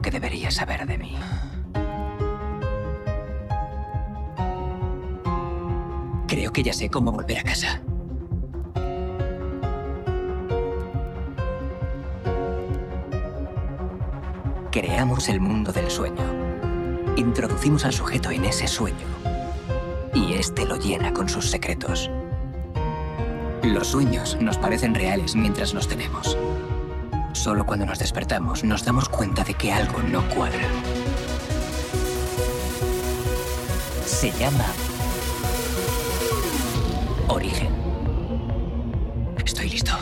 que deberías saber de mí. Creo que ya sé cómo volver a casa. Creamos el mundo del sueño. Introducimos al sujeto en ese sueño. Y este lo llena con sus secretos. Los sueños nos parecen reales mientras los tenemos. Solo cuando nos despertamos nos damos cuenta de que algo no cuadra. Se llama Origen. Estoy listo.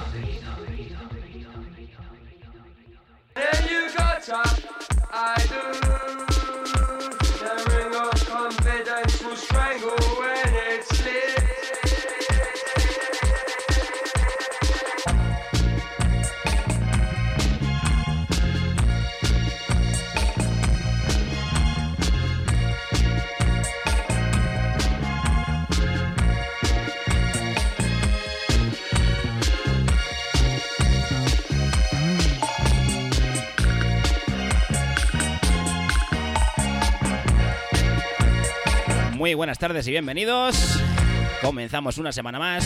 Muy buenas tardes y bienvenidos. Comenzamos una semana más,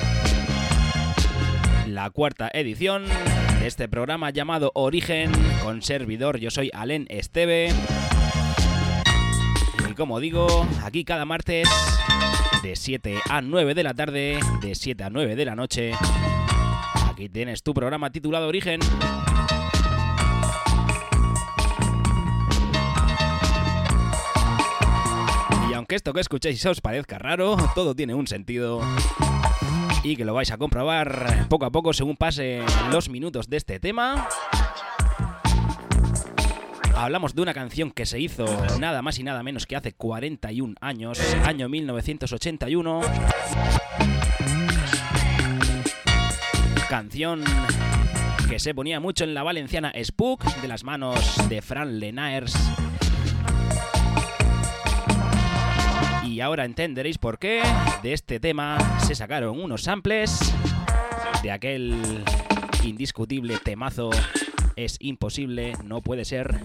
la cuarta edición de este programa llamado Origen, con servidor. Yo soy Alen Esteve. Y como digo, aquí cada martes de 7 a 9 de la tarde, de 7 a 9 de la noche, aquí tienes tu programa titulado Origen. Aunque esto que escuchéis os parezca raro, todo tiene un sentido y que lo vais a comprobar poco a poco según pasen los minutos de este tema. Hablamos de una canción que se hizo nada más y nada menos que hace 41 años, año 1981. Canción que se ponía mucho en la valenciana Spook, de las manos de Fran Lenaers. Y ahora entenderéis por qué de este tema se sacaron unos samples de aquel indiscutible temazo Es imposible, no puede ser.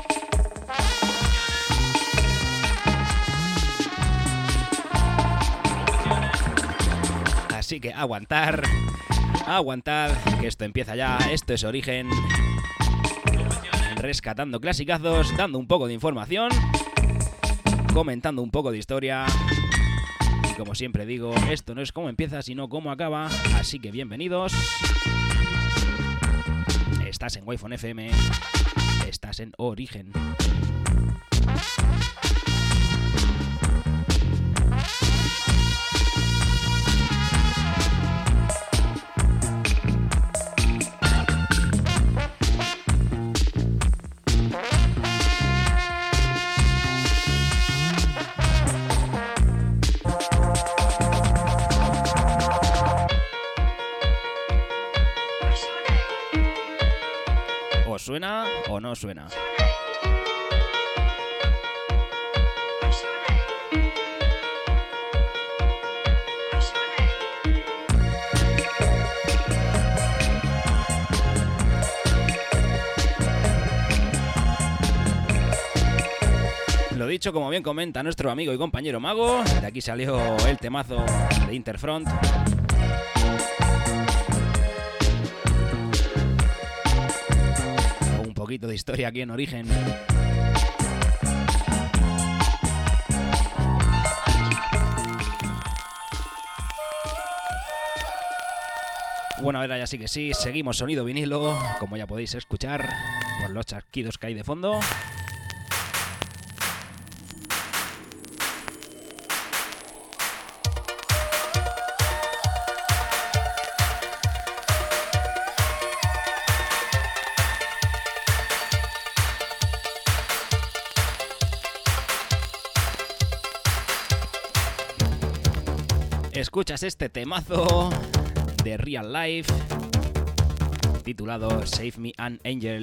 Así que aguantad, que esto empieza ya. Esto es Origen, rescatando clasicazos, dando un poco de información, comentando un poco de historia. Y como siempre digo, esto no es cómo empieza, sino cómo acaba. Así que bienvenidos. Estás en Wi-Fi FM. Estás en Origen. ¿Suena o no suena? Lo dicho, como bien comenta nuestro amigo y compañero Mago, de aquí salió el temazo de Interfront. Un poquito de historia aquí en Origen. Bueno, ahora ya sí que sí, seguimos sonido vinilo, como ya podéis escuchar por los chasquidos que hay de fondo. Escuchas este temazo de Real Life titulado Save Me an Angel.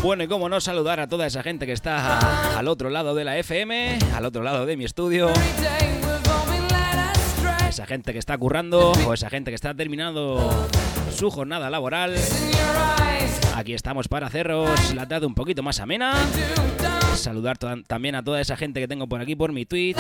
Bueno, y cómo no saludar a toda esa gente que está al otro lado de la FM, al otro lado de mi estudio. Esa gente que está currando o esa gente que está terminando su jornada laboral. Aquí estamos para haceros la tarde un poquito más amena. Saludar también a toda esa gente que tengo por aquí por mi Twitch.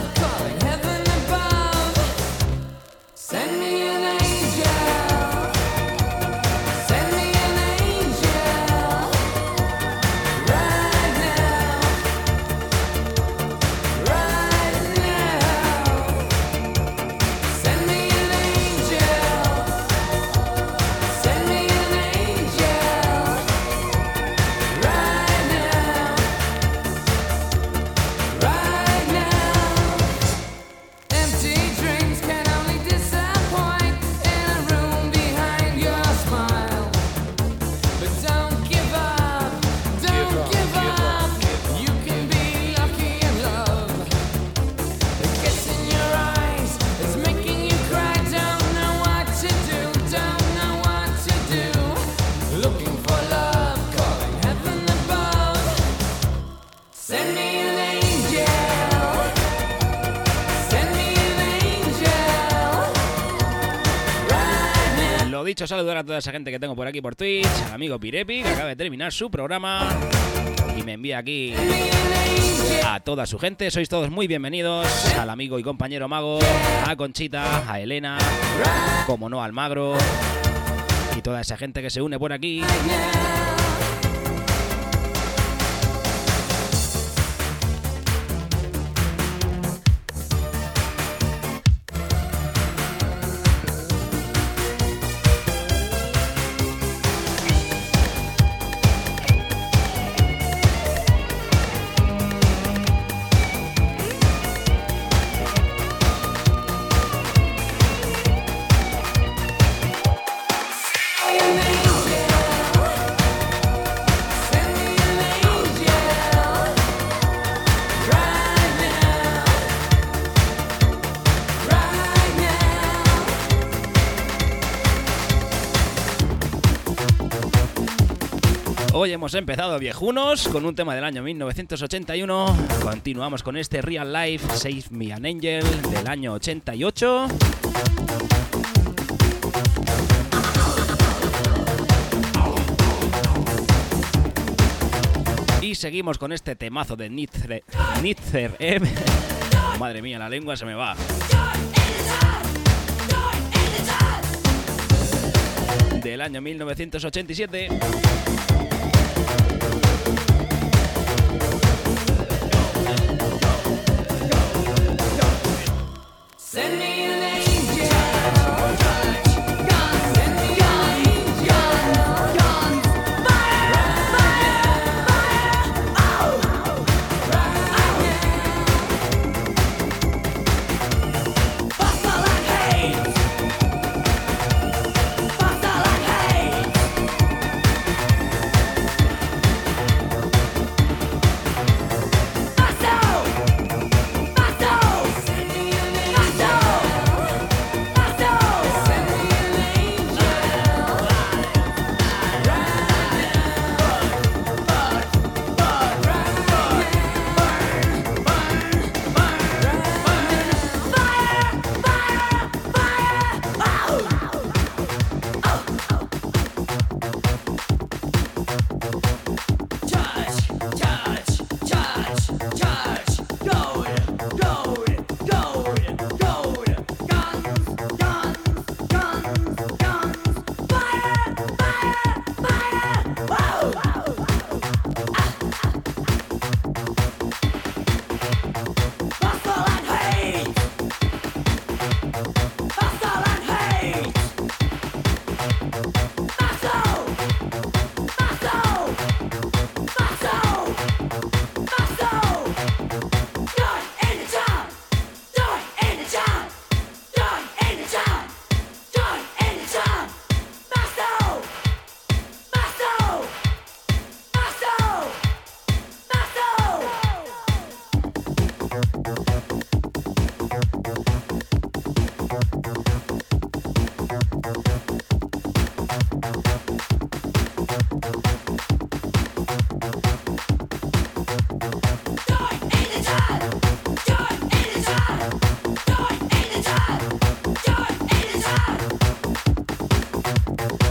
Dicho, saludar a toda esa gente que tengo por aquí por Twitch, al amigo Pirepi, que acaba de terminar su programa y me envía aquí a toda su gente. Sois todos muy bienvenidos, al amigo y compañero Mago, a Conchita, a Elena, como no al Magro y toda esa gente que se une por aquí. Hoy hemos empezado viejunos con un tema del año 1981. Continuamos con este Real Life Save Me an Angel del año 88. Y seguimos con este temazo de Nitzer M. Madre mía, la lengua se me va. Del año 1987.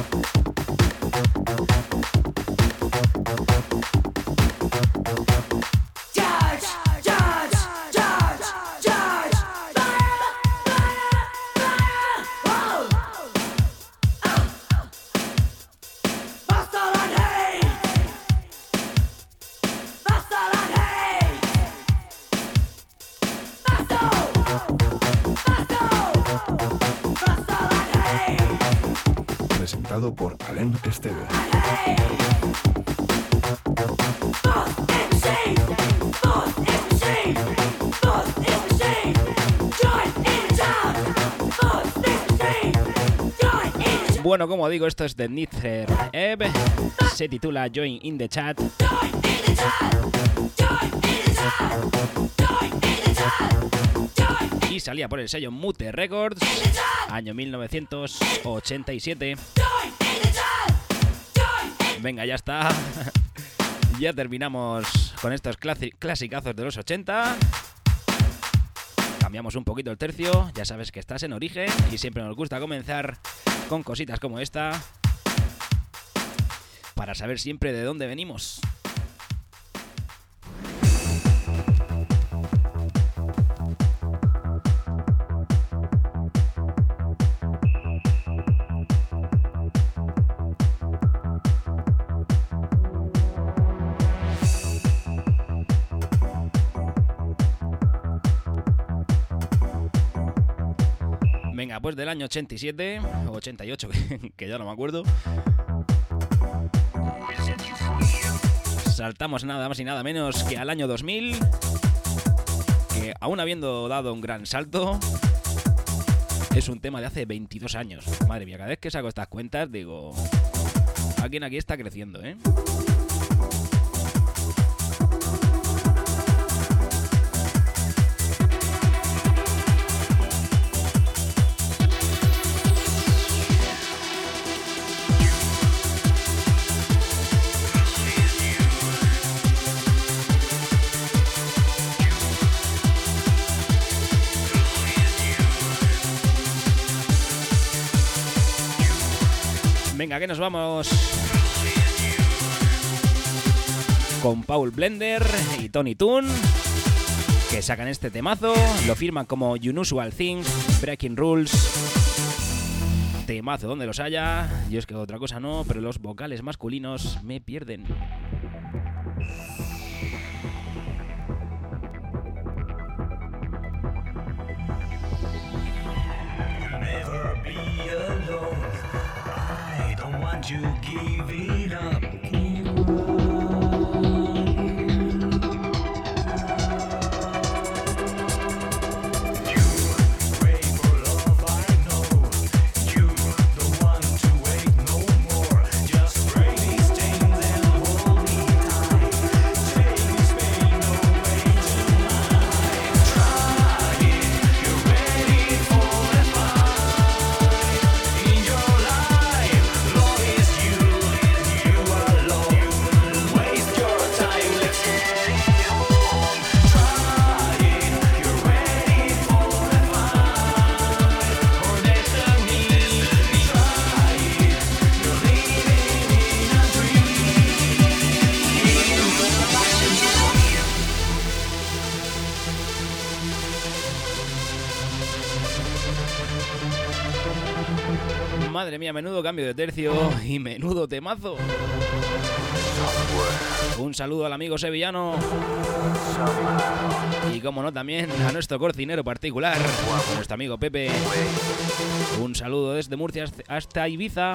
Por Alain Esteve. Bueno, como digo, esto es de Nitzer Ebb, se titula Join in the Chat. Y salía por el sello Mute Records, año 1987. Venga, ya está. Ya terminamos con estos clasicazos de los 80. Cambiamos un poquito el tercio. Ya sabes que estás en Origen y siempre nos gusta comenzar con cositas como esta para saber siempre de dónde venimos. Venga, pues del año 87 o 88, que ya no me acuerdo. Saltamos nada más y nada menos que al año 2000, que aún habiendo dado un gran salto, es un tema de hace 22 años. Madre mía, cada vez que saco estas cuentas digo, alguien aquí está creciendo, ¿eh? Venga, que nos vamos con Paul Blender y Tony Toon, que sacan este temazo, lo firman como Unusual Thing, Breaking Rules. Temazo donde los haya. Yo es que otra cosa no, pero los vocales masculinos me pierden. You give it up. Madre mía, menudo cambio de tercio y menudo temazo. Un saludo al amigo sevillano y, como no, también a nuestro cocinero particular, a nuestro amigo Pepe. Un saludo desde Murcia hasta Ibiza.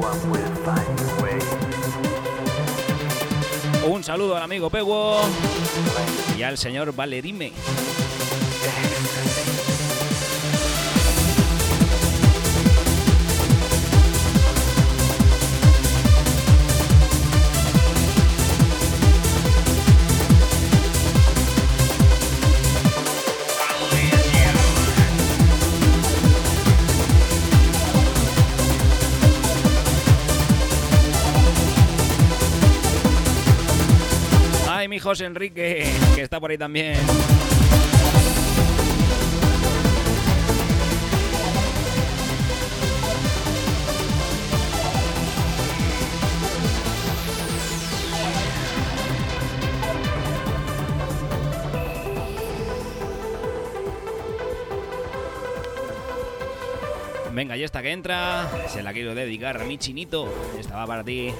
Un saludo al amigo Pewo y al señor Valerime. Ay, mi José Enrique, que está por ahí también. Venga, y esta que entra, se la quiero dedicar a mi chinito. Esta va para ti.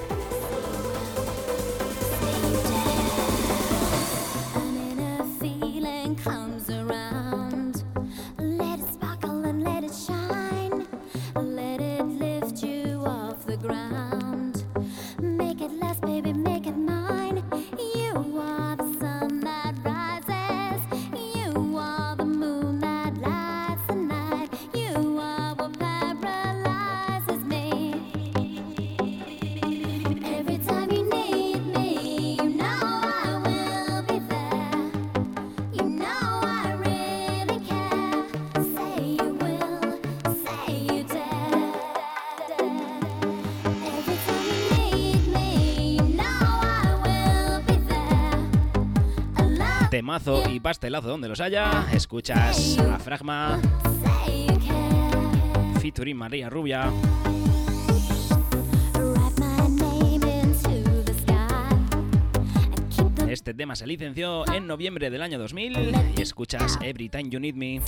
Temazo y pastelazo donde los haya. Escuchas a Fragma featuring María Rubia. Este tema se licenció en noviembre del año 2000 y escuchas Every Time You Need Me.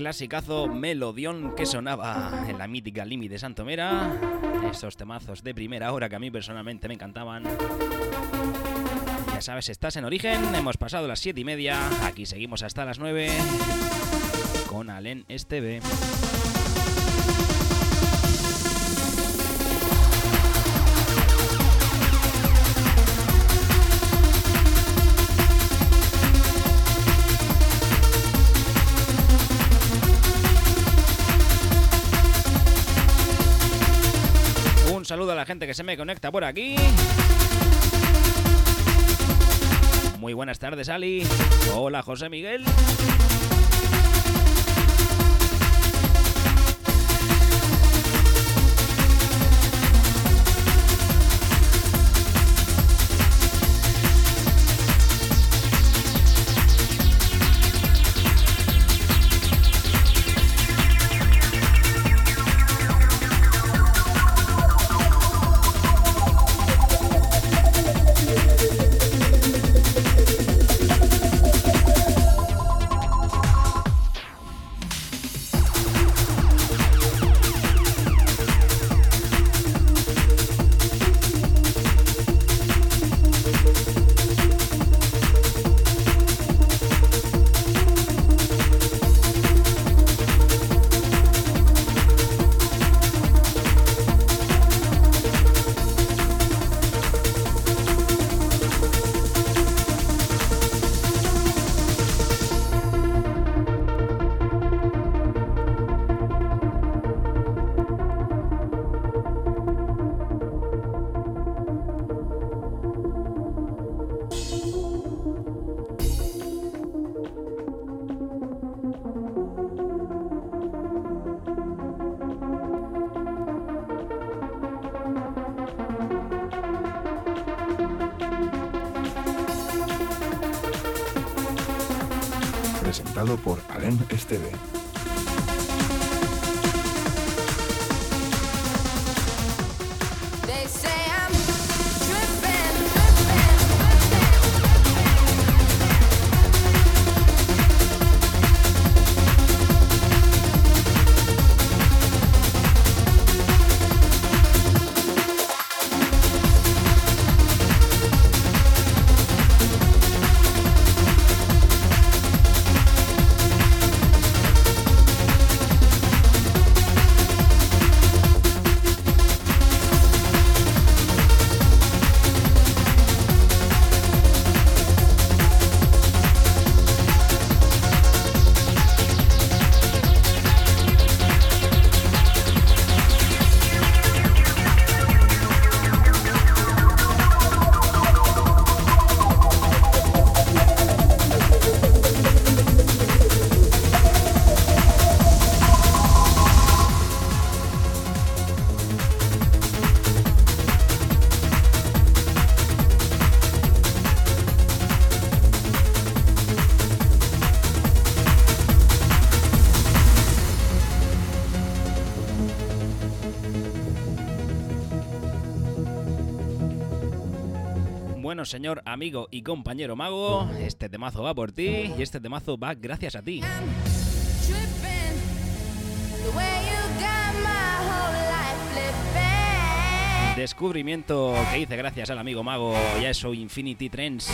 clasicazo melodión que sonaba en la mítica Limi de Santomera. Esos temazos de primera hora que a mí personalmente me encantaban. Ya sabes, estás en Origen, hemos pasado las 7:30, aquí seguimos hasta las 9 con Alen Esteve. Un saludo a la gente que se me conecta por aquí. Muy buenas tardes, Ali. Hola, José Miguel. Presentado por Alen Esteve. Bueno, señor, amigo y compañero mago, este temazo va por ti y este temazo va gracias a ti. Descubrimiento que hice gracias al amigo mago y a eso Infinity Trends.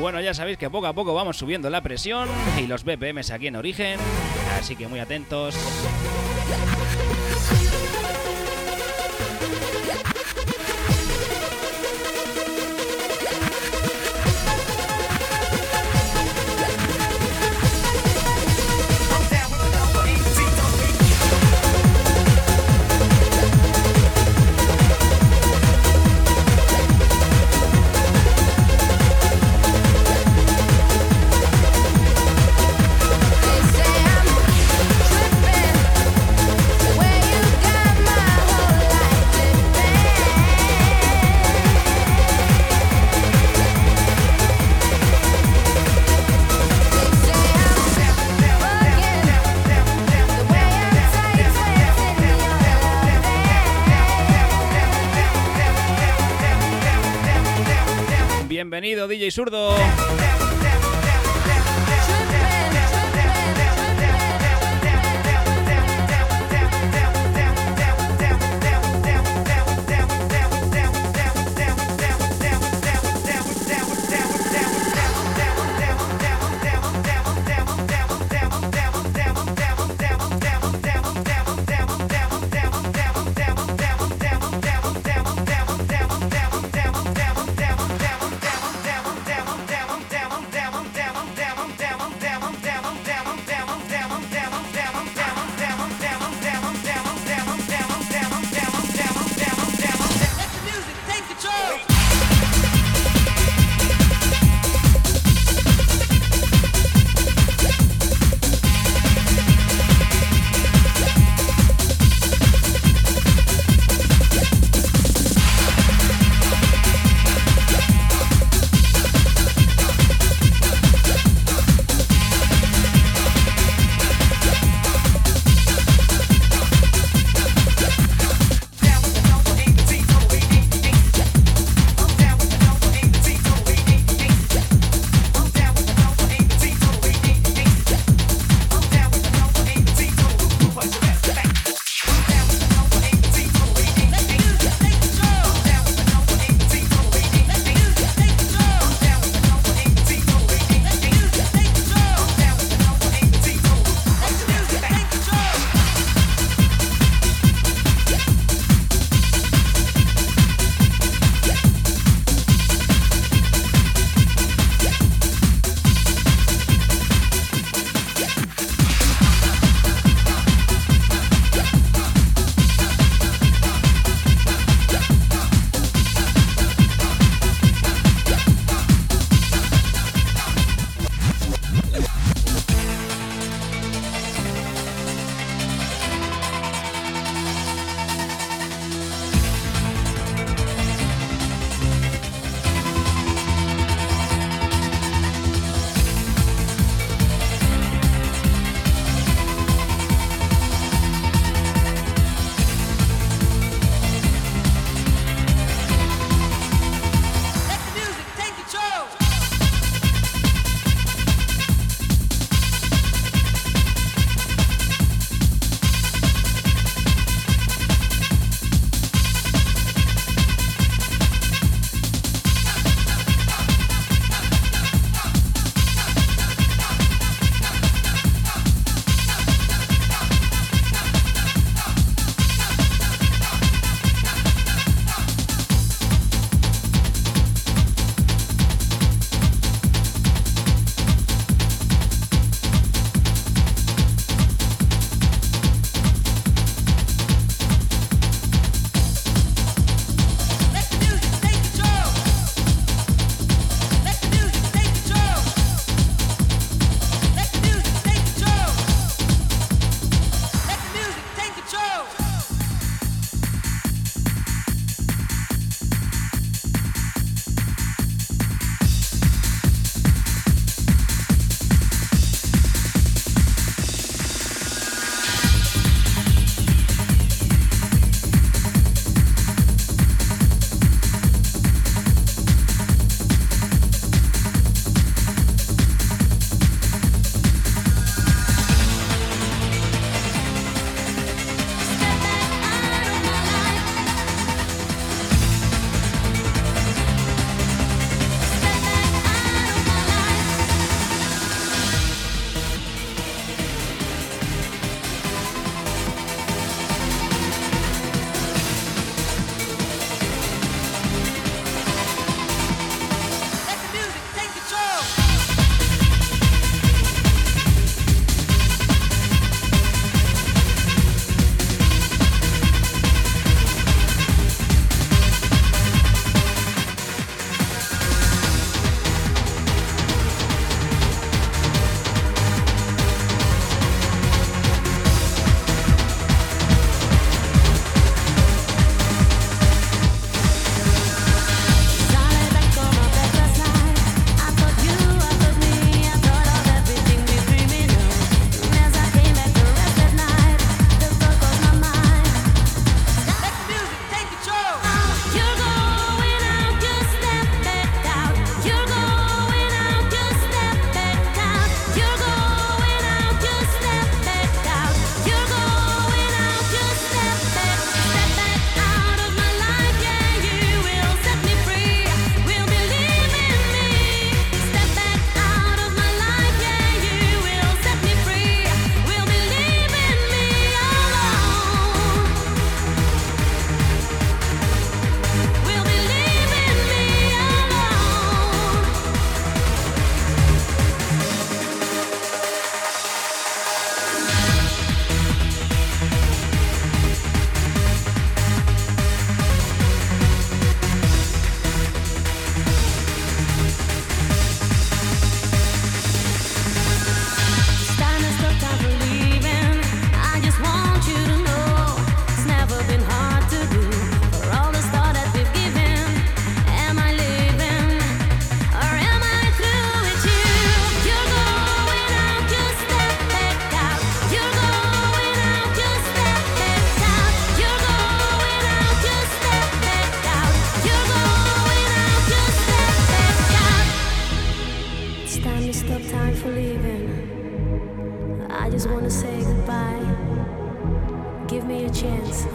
Bueno, ya sabéis que poco a poco vamos subiendo la presión y los BPMs aquí en Origen, así que muy atentos. Bienvenido, DJ Zurdo.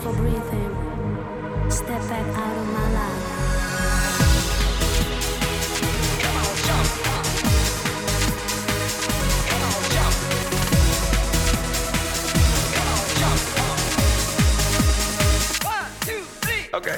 for breathing. Step back out of my life. Come on, jump. Come on, jump. Come on, jump. 1, 2, 3. Okay.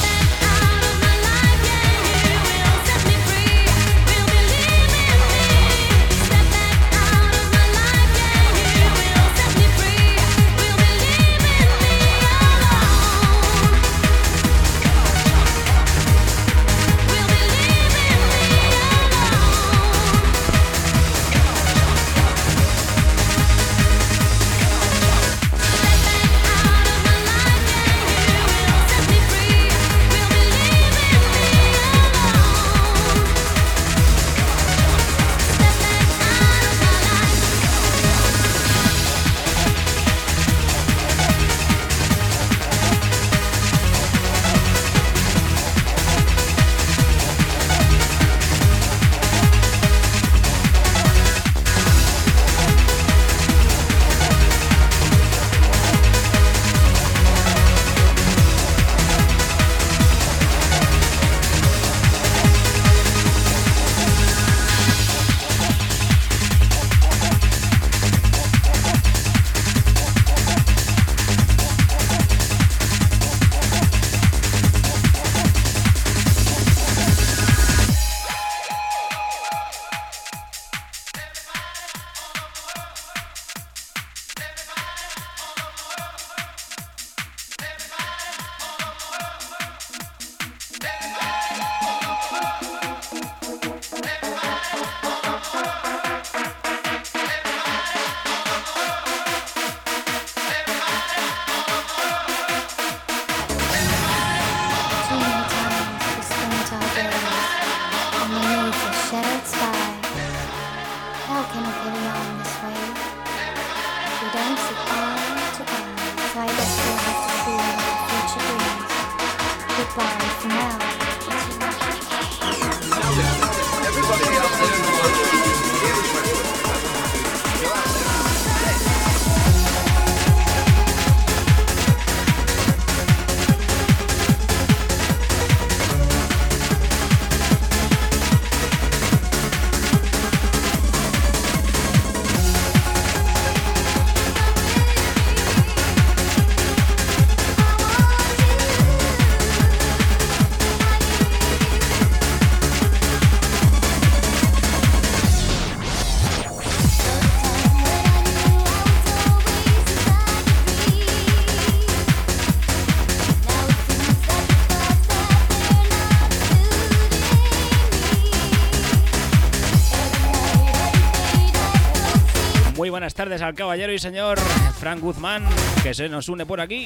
Buenas tardes al caballero y señor Frank Guzmán, que se nos une por aquí.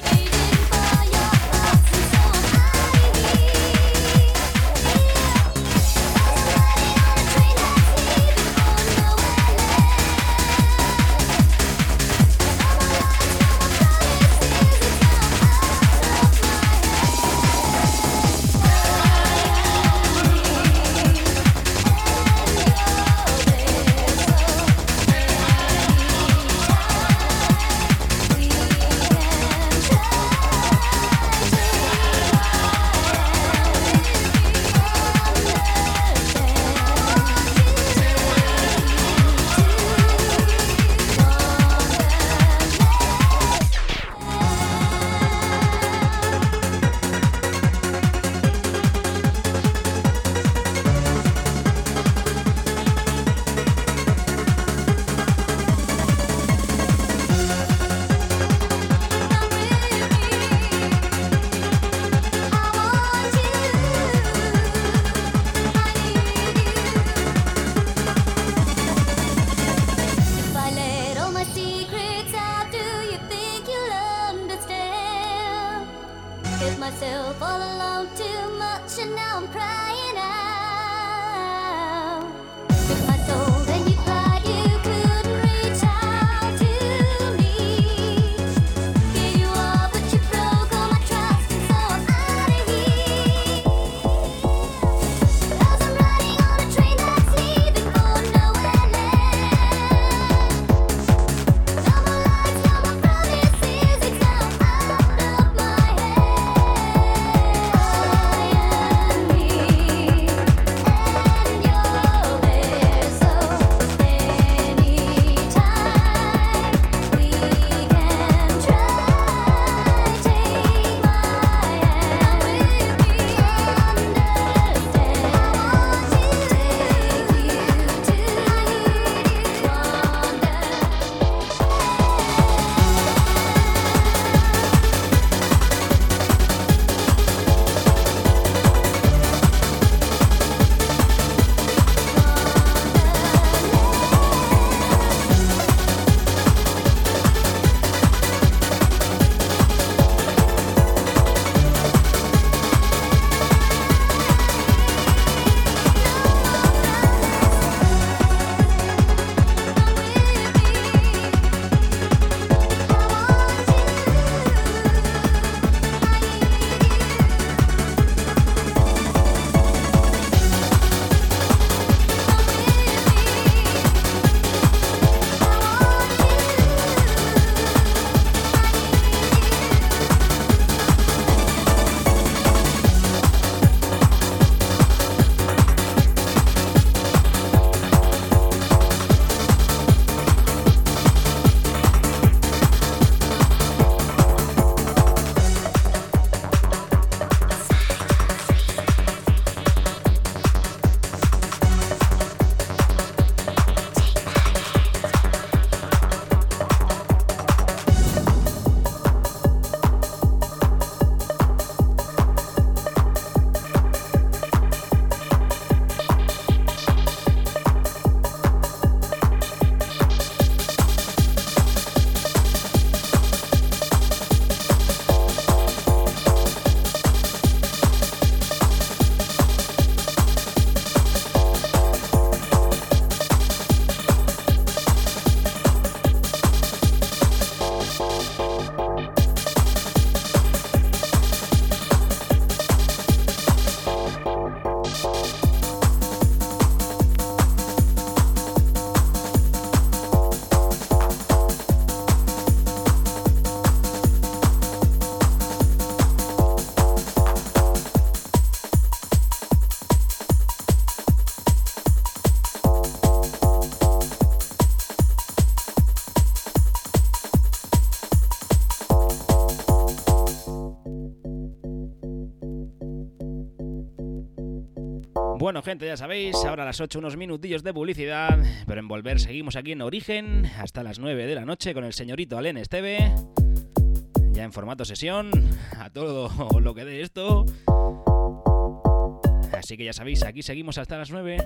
Bueno, gente, ya sabéis, ahora a las 8 unos minutillos de publicidad, pero en Volver seguimos aquí en Origen hasta las 9 de la noche con el señorito Alen Esteve, ya en formato sesión, a todo lo que dé esto. Así que ya sabéis, aquí seguimos hasta las 9.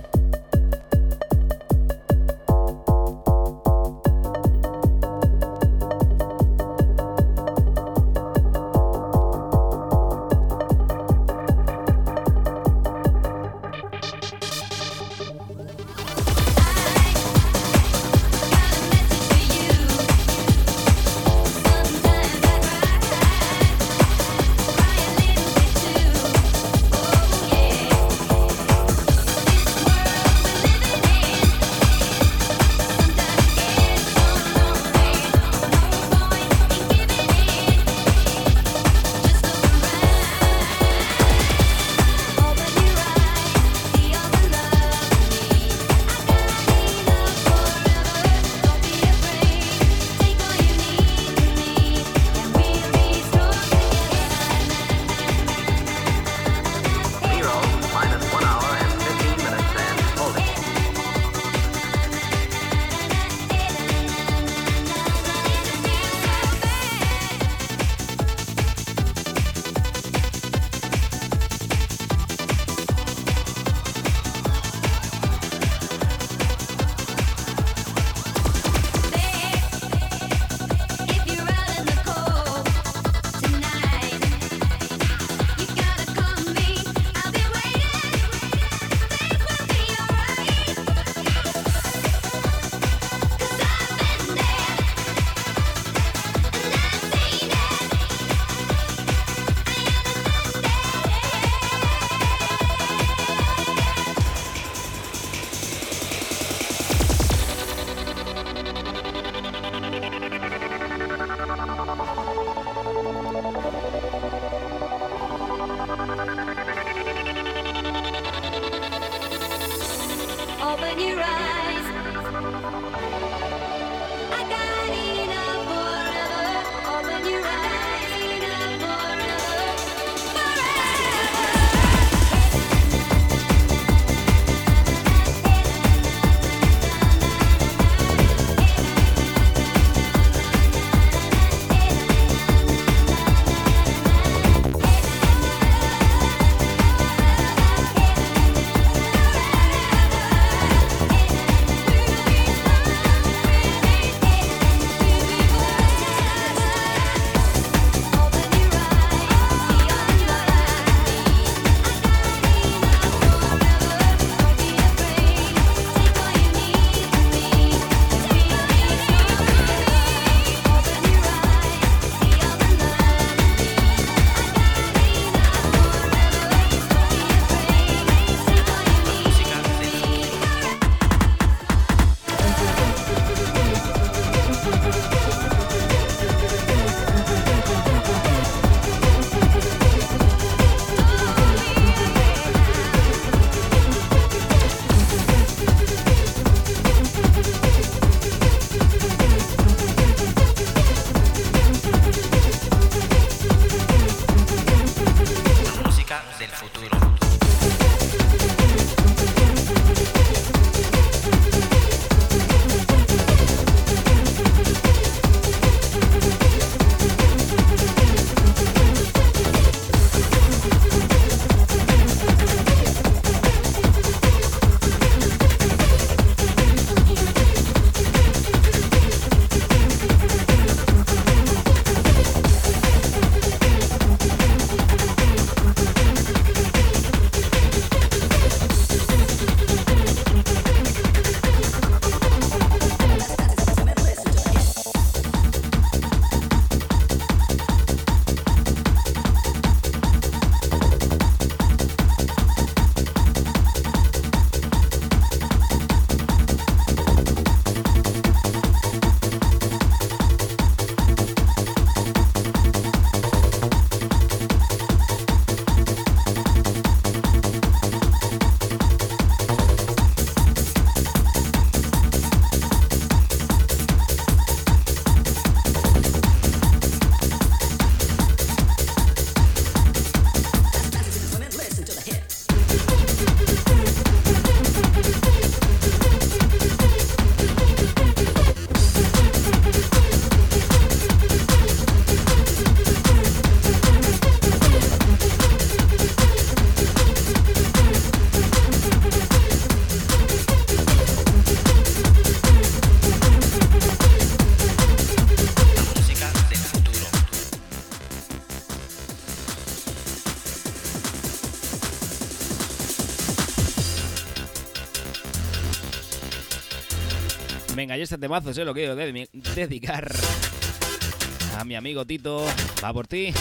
Venga, y este temazo se lo quiero dedicar a mi amigo Tito. Va por ti.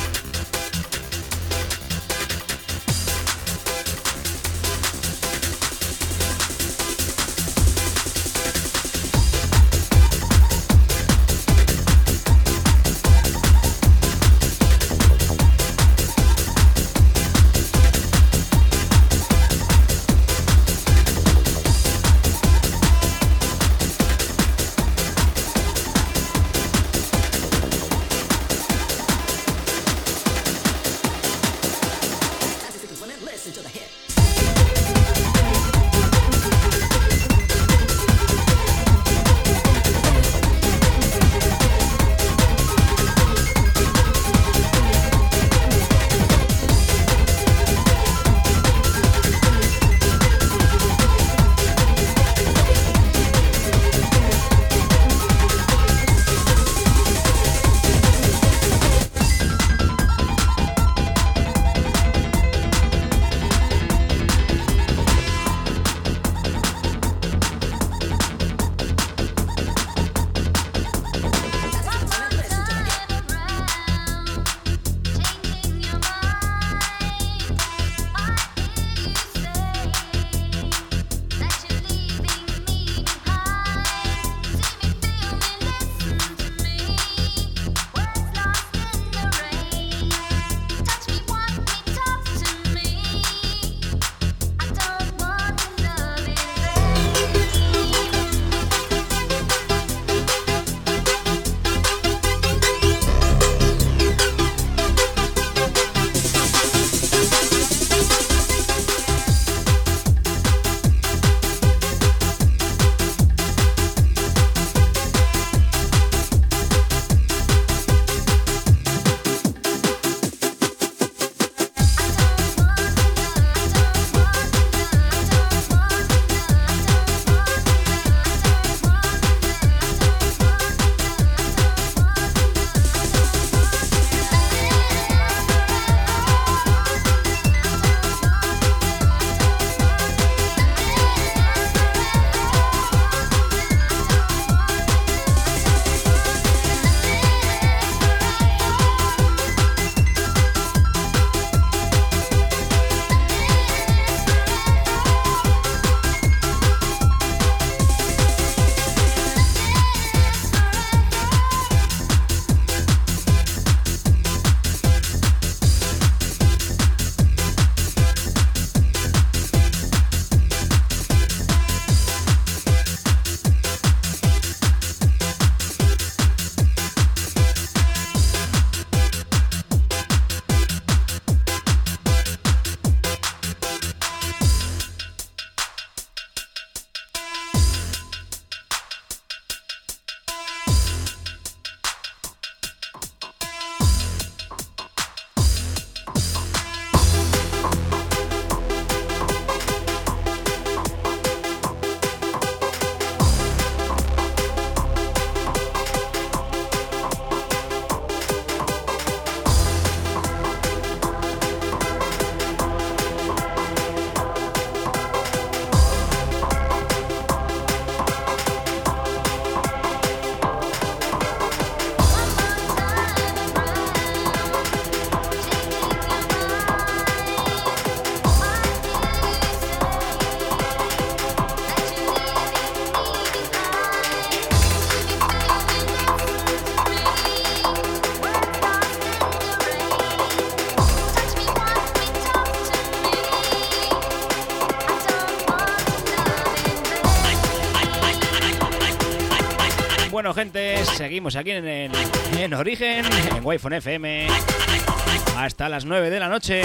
Bueno, gente, seguimos aquí en Origen, en Wi-Fi FM, hasta las 9 de la noche.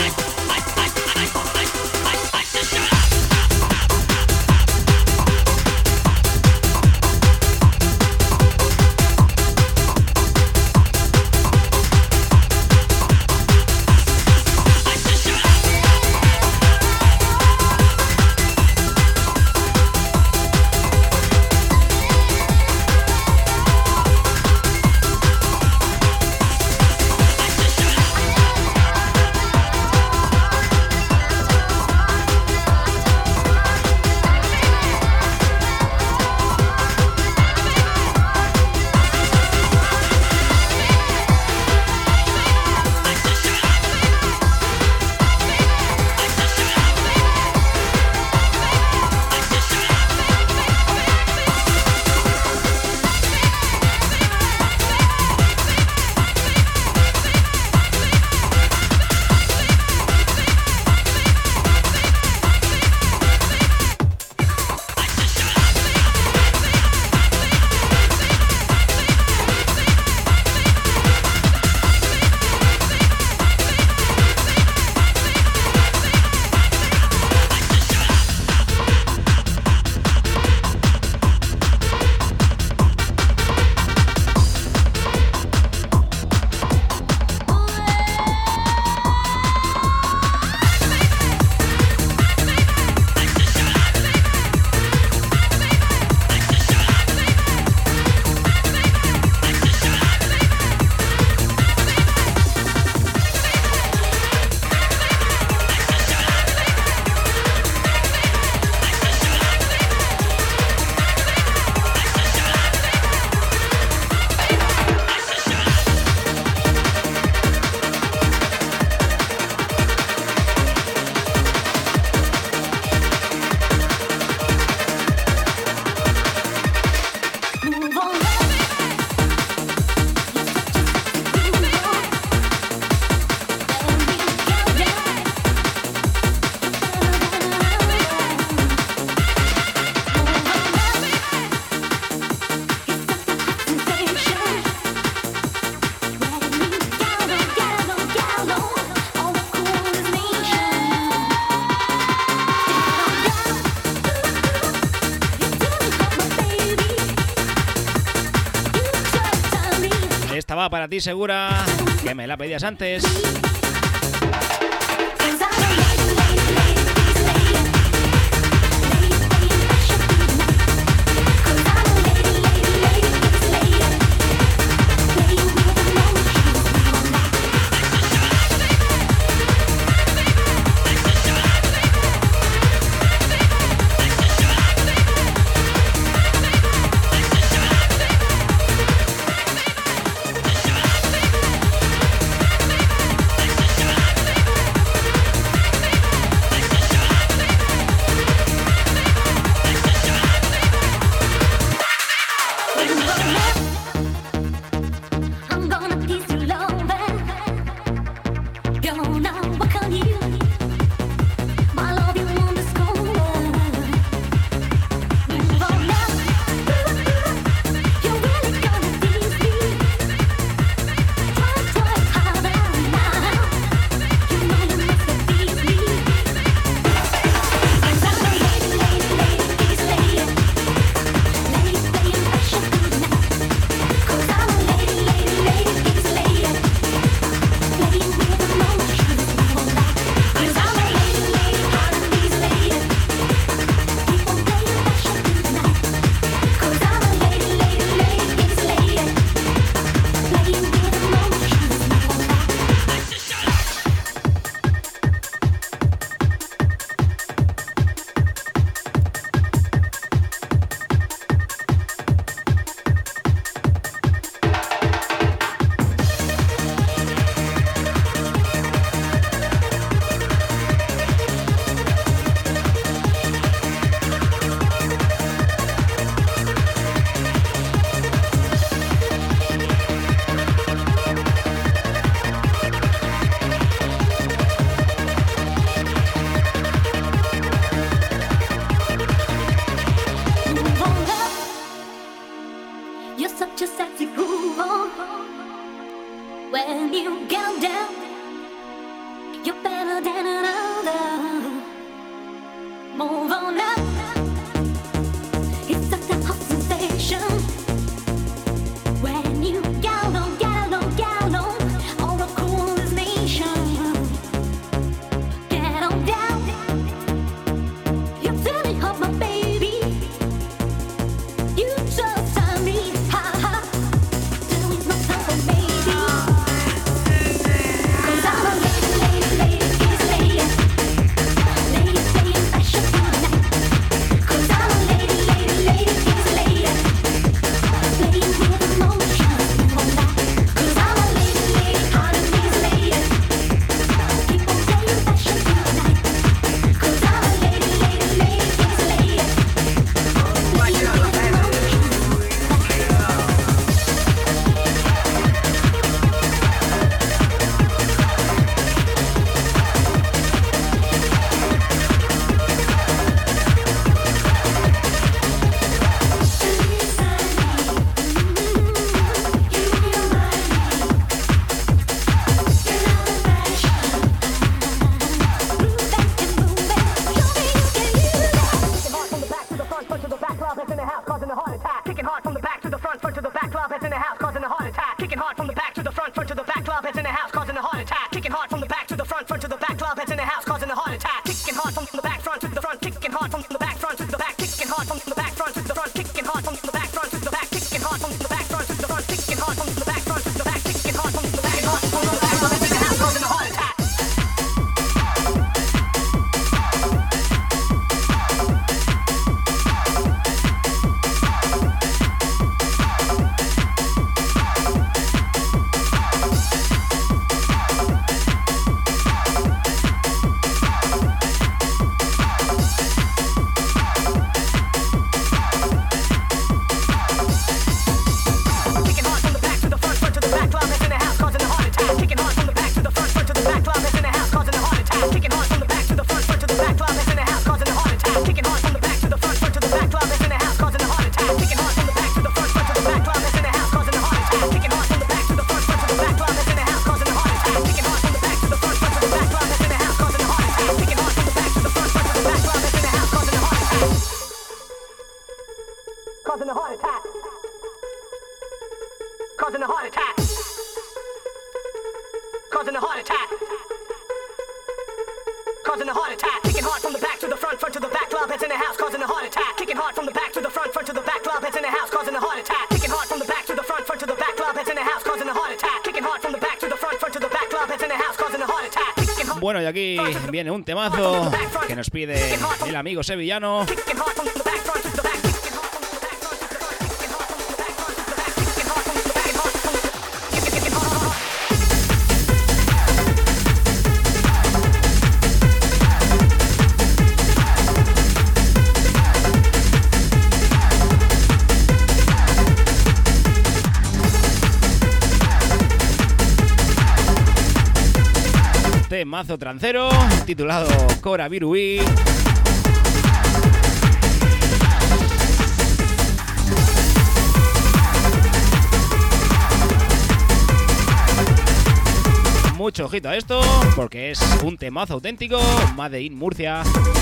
va para ti, Segura, que me la pedías antes. house, causing a heart attack. Kicking hard from the back to the front, front to the back. Club heads in the house, causing a heart attack. Kicking hard from the back to the front, front to the back. Club heads in the house, causing a heart attack. Kicking hard from the back to the front, front to the back. Club heads in the house, causing a heart attack. Bueno, y aquí viene un temazo que nos pide el amigo sevillano. Kicking hard from the back, front to the back. Temazo trancero titulado Cora Viruí. Mucho ojito a esto porque es un temazo auténtico, Made in Murcia.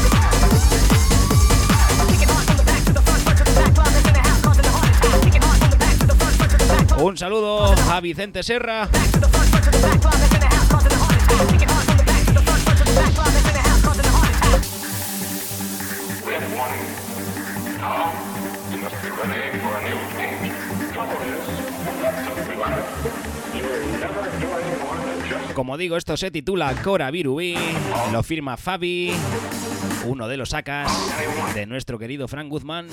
Un saludo a Vicente Serra. Como digo, esto se titula Cora Viruí, lo firma Fabi, uno de los acas de nuestro querido Frank Guzmán.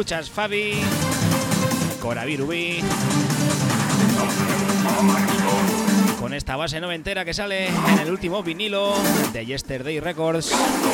escuchas Fabi, Corabirubi, con esta base noventera que sale en el último vinilo de Yesterday Records.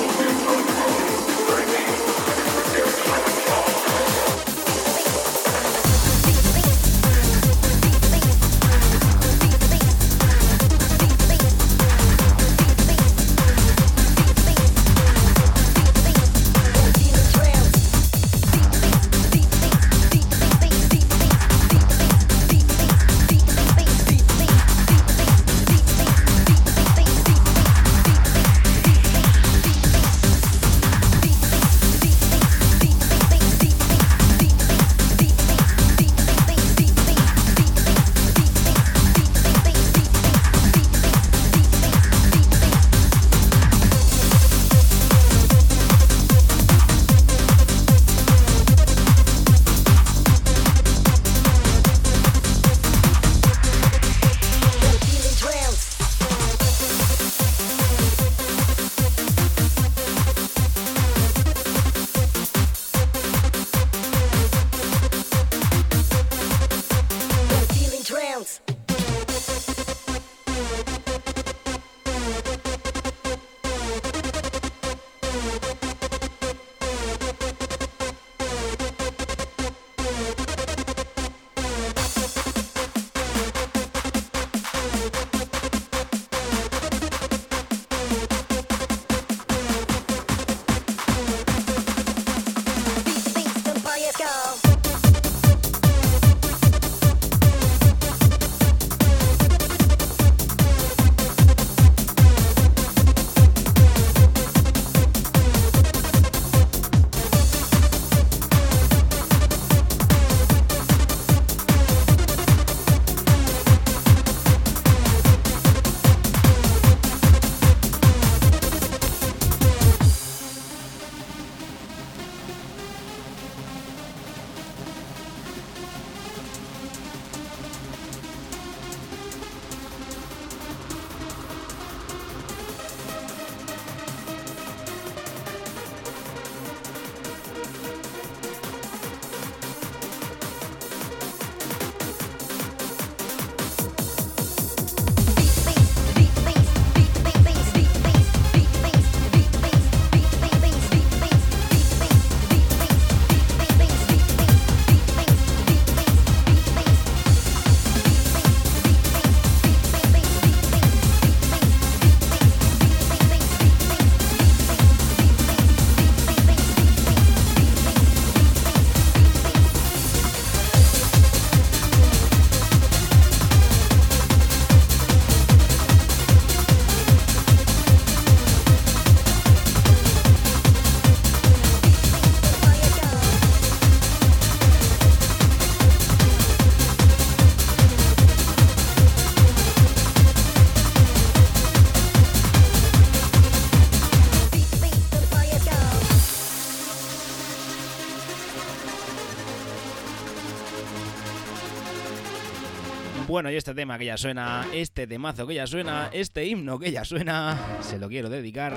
Bueno, y este tema que ya suena, este temazo que ya suena, este himno que ya suena, se lo quiero dedicar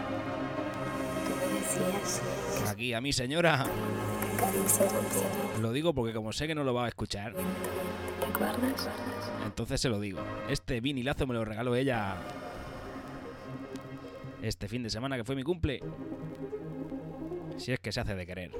aquí a mi señora. Lo digo porque como sé que no lo va a escuchar, entonces se lo digo. Este vinilazo me lo regaló ella este fin de semana que fue mi cumple. Si es que se hace de querer.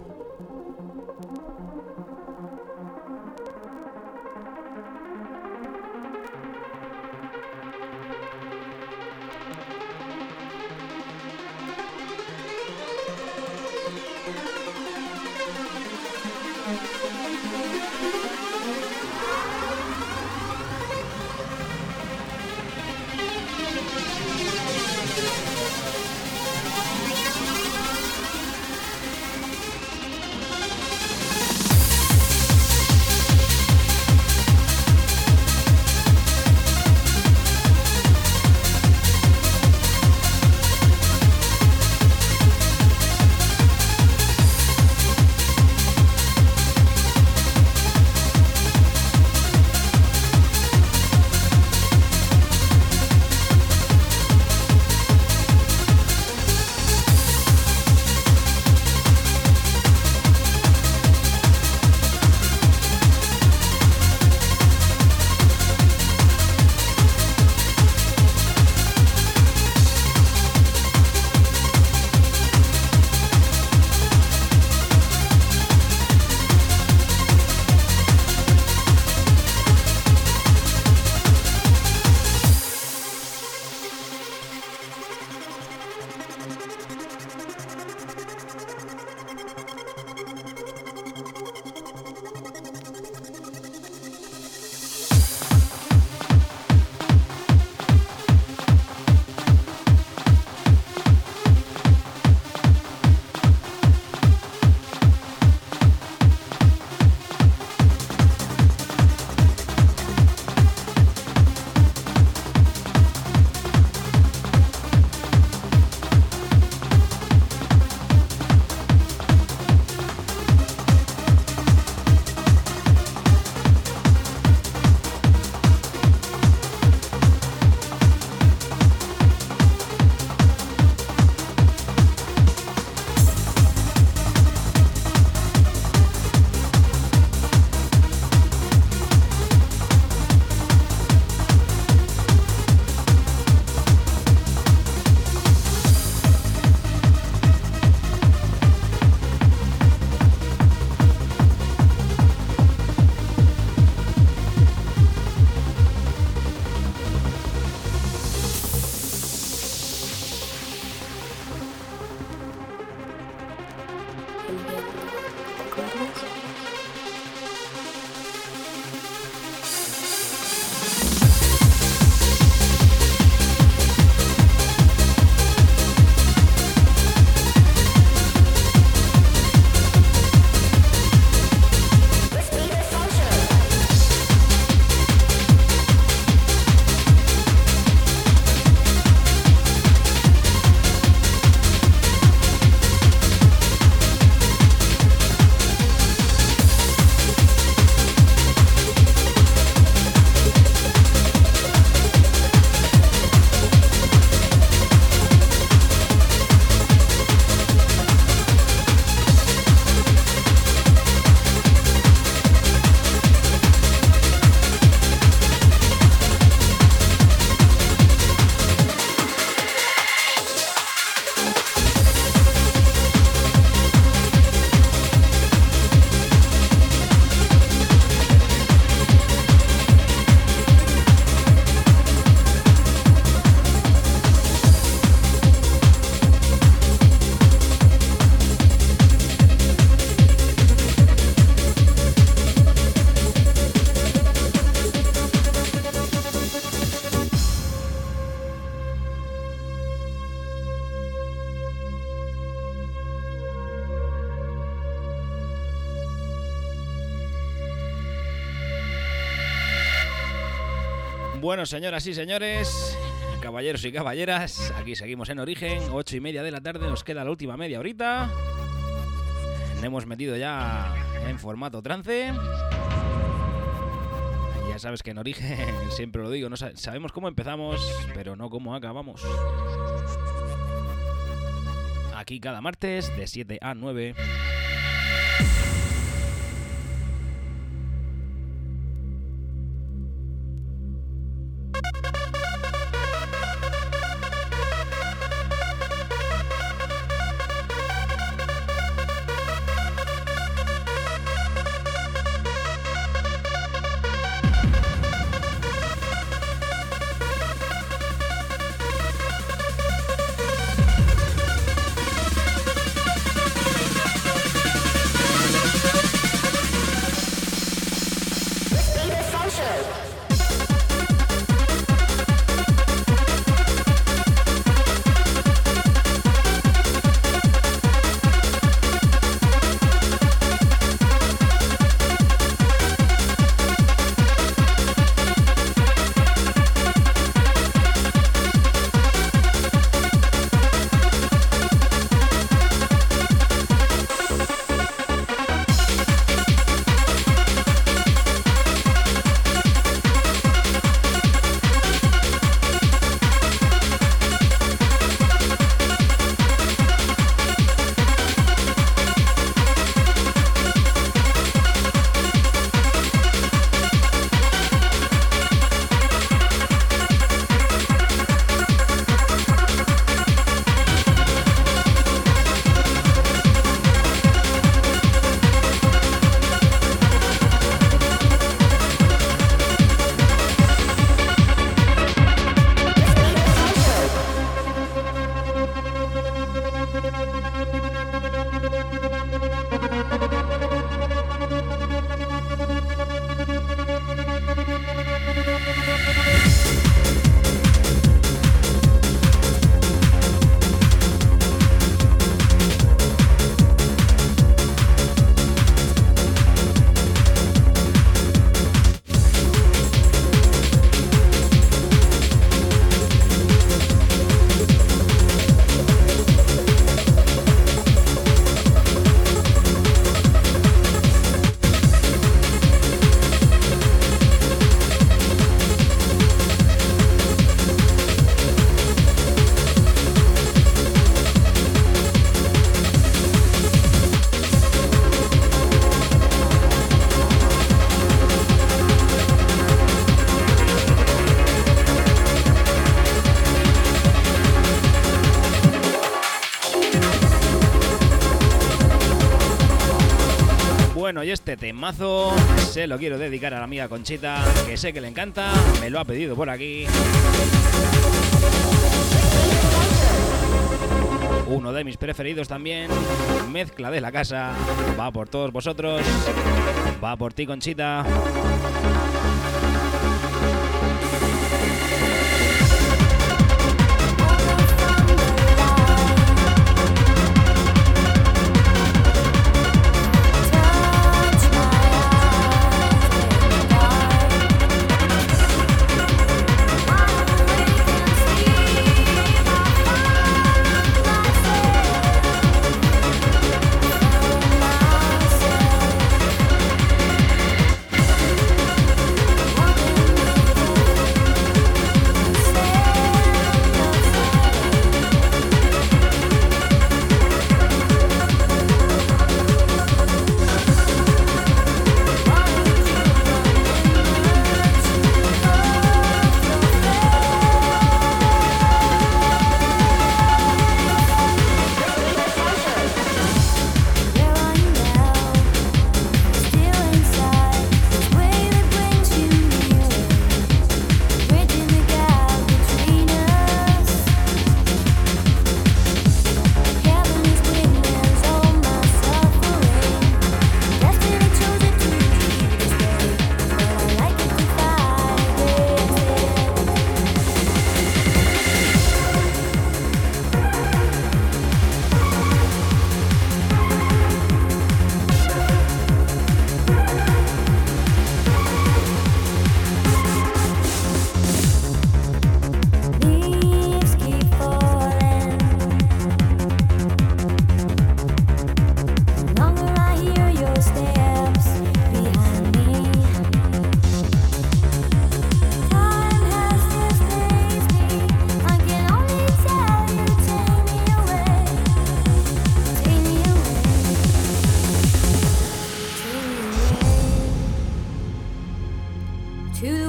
Bueno, señoras y señores, caballeros y caballeras, aquí seguimos en Origen, 8:30 de la tarde, nos queda la última media horita. Nos hemos metido ya en formato trance. Ya sabes que en Origen, siempre lo digo, no sabemos cómo empezamos, pero no cómo acabamos. Aquí cada martes de 7 a 9. Bueno, y este temazo se lo quiero dedicar a la amiga Conchita, que sé que le encanta, me lo ha pedido por aquí. Uno de mis preferidos también, mezcla de la casa, va por todos vosotros, va por ti, Conchita.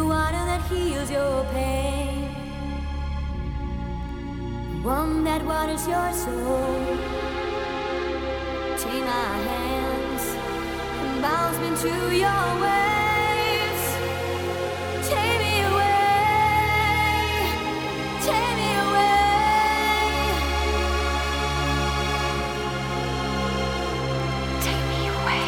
water that heals your pain, the one that waters your soul. Take my hands and bounce me to your waves. Take me away, take me away, take me away.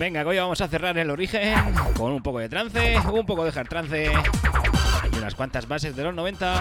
Venga, que hoy vamos a cerrar el origen con un poco de trance, un poco de hard trance y unas cuantas bases de los 90.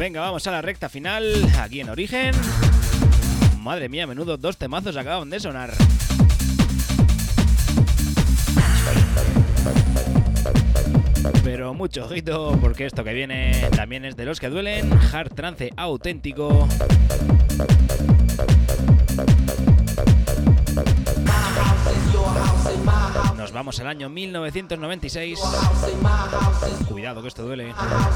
Venga, vamos a la recta final, aquí en Origen. Madre mía, menudo 2 temazos acaban de sonar. Pero mucho ojito, porque esto que viene también es de los que duelen. Hard trance auténtico. Nos vamos al año 1996. Cuidado que esto duele.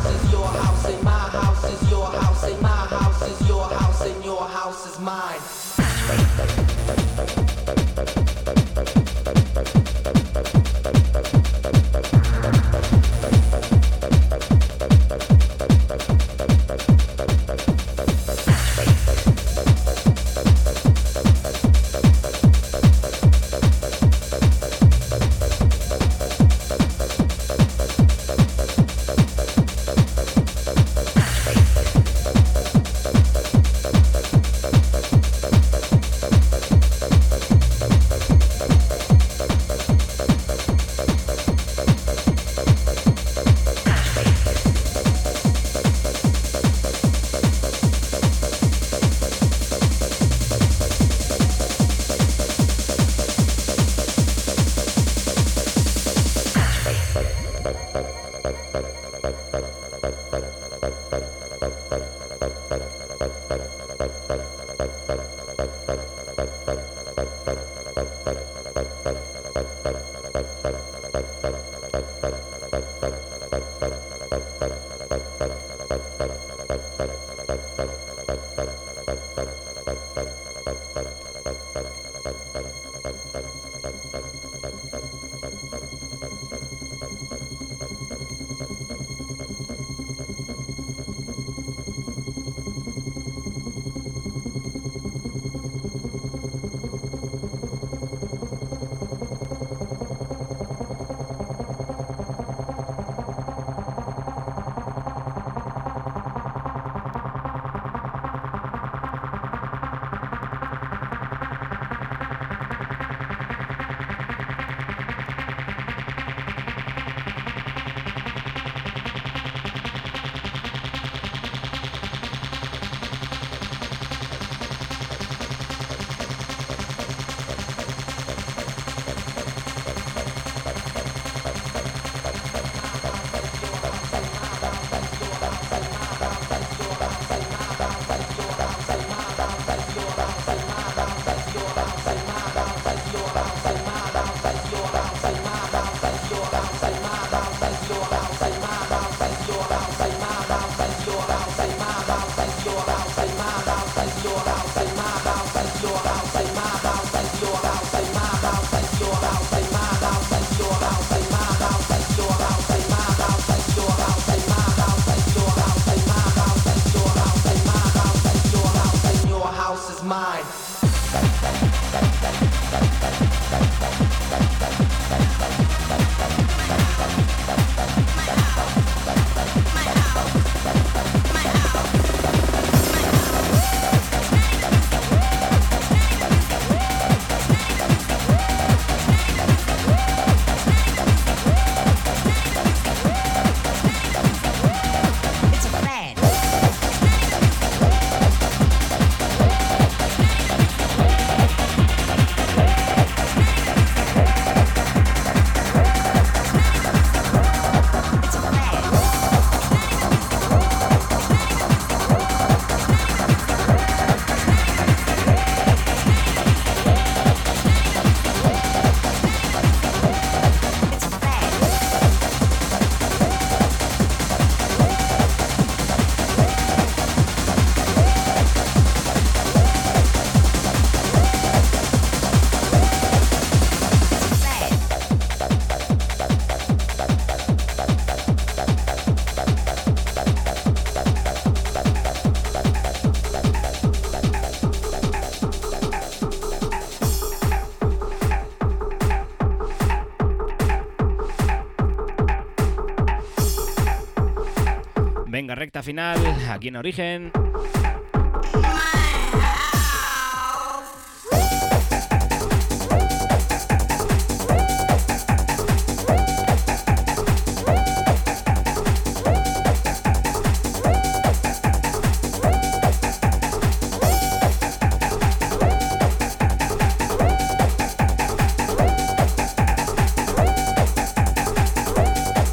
Venga, recta final, aquí en Origen.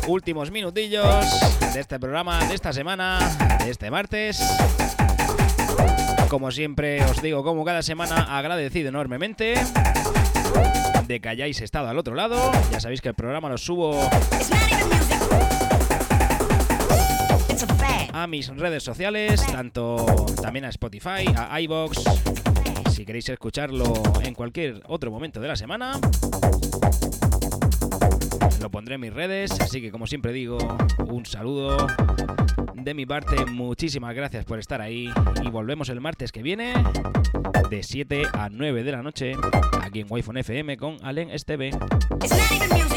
últimos minutillos de este programa, de esta semana, de este martes. Como siempre os digo, como cada semana, agradecido enormemente de que hayáis estado al otro lado. Ya sabéis que el programa lo subo a mis redes sociales, también a Spotify, a iVoox. Si queréis escucharlo en cualquier otro momento de la semana, lo pondré en mis redes. Así que, como siempre digo, un saludo de mi parte. Muchísimas gracias por estar ahí. Y volvemos el martes que viene de 7 a 9 de la noche aquí en Wi-Fi FM con Alen Esteve.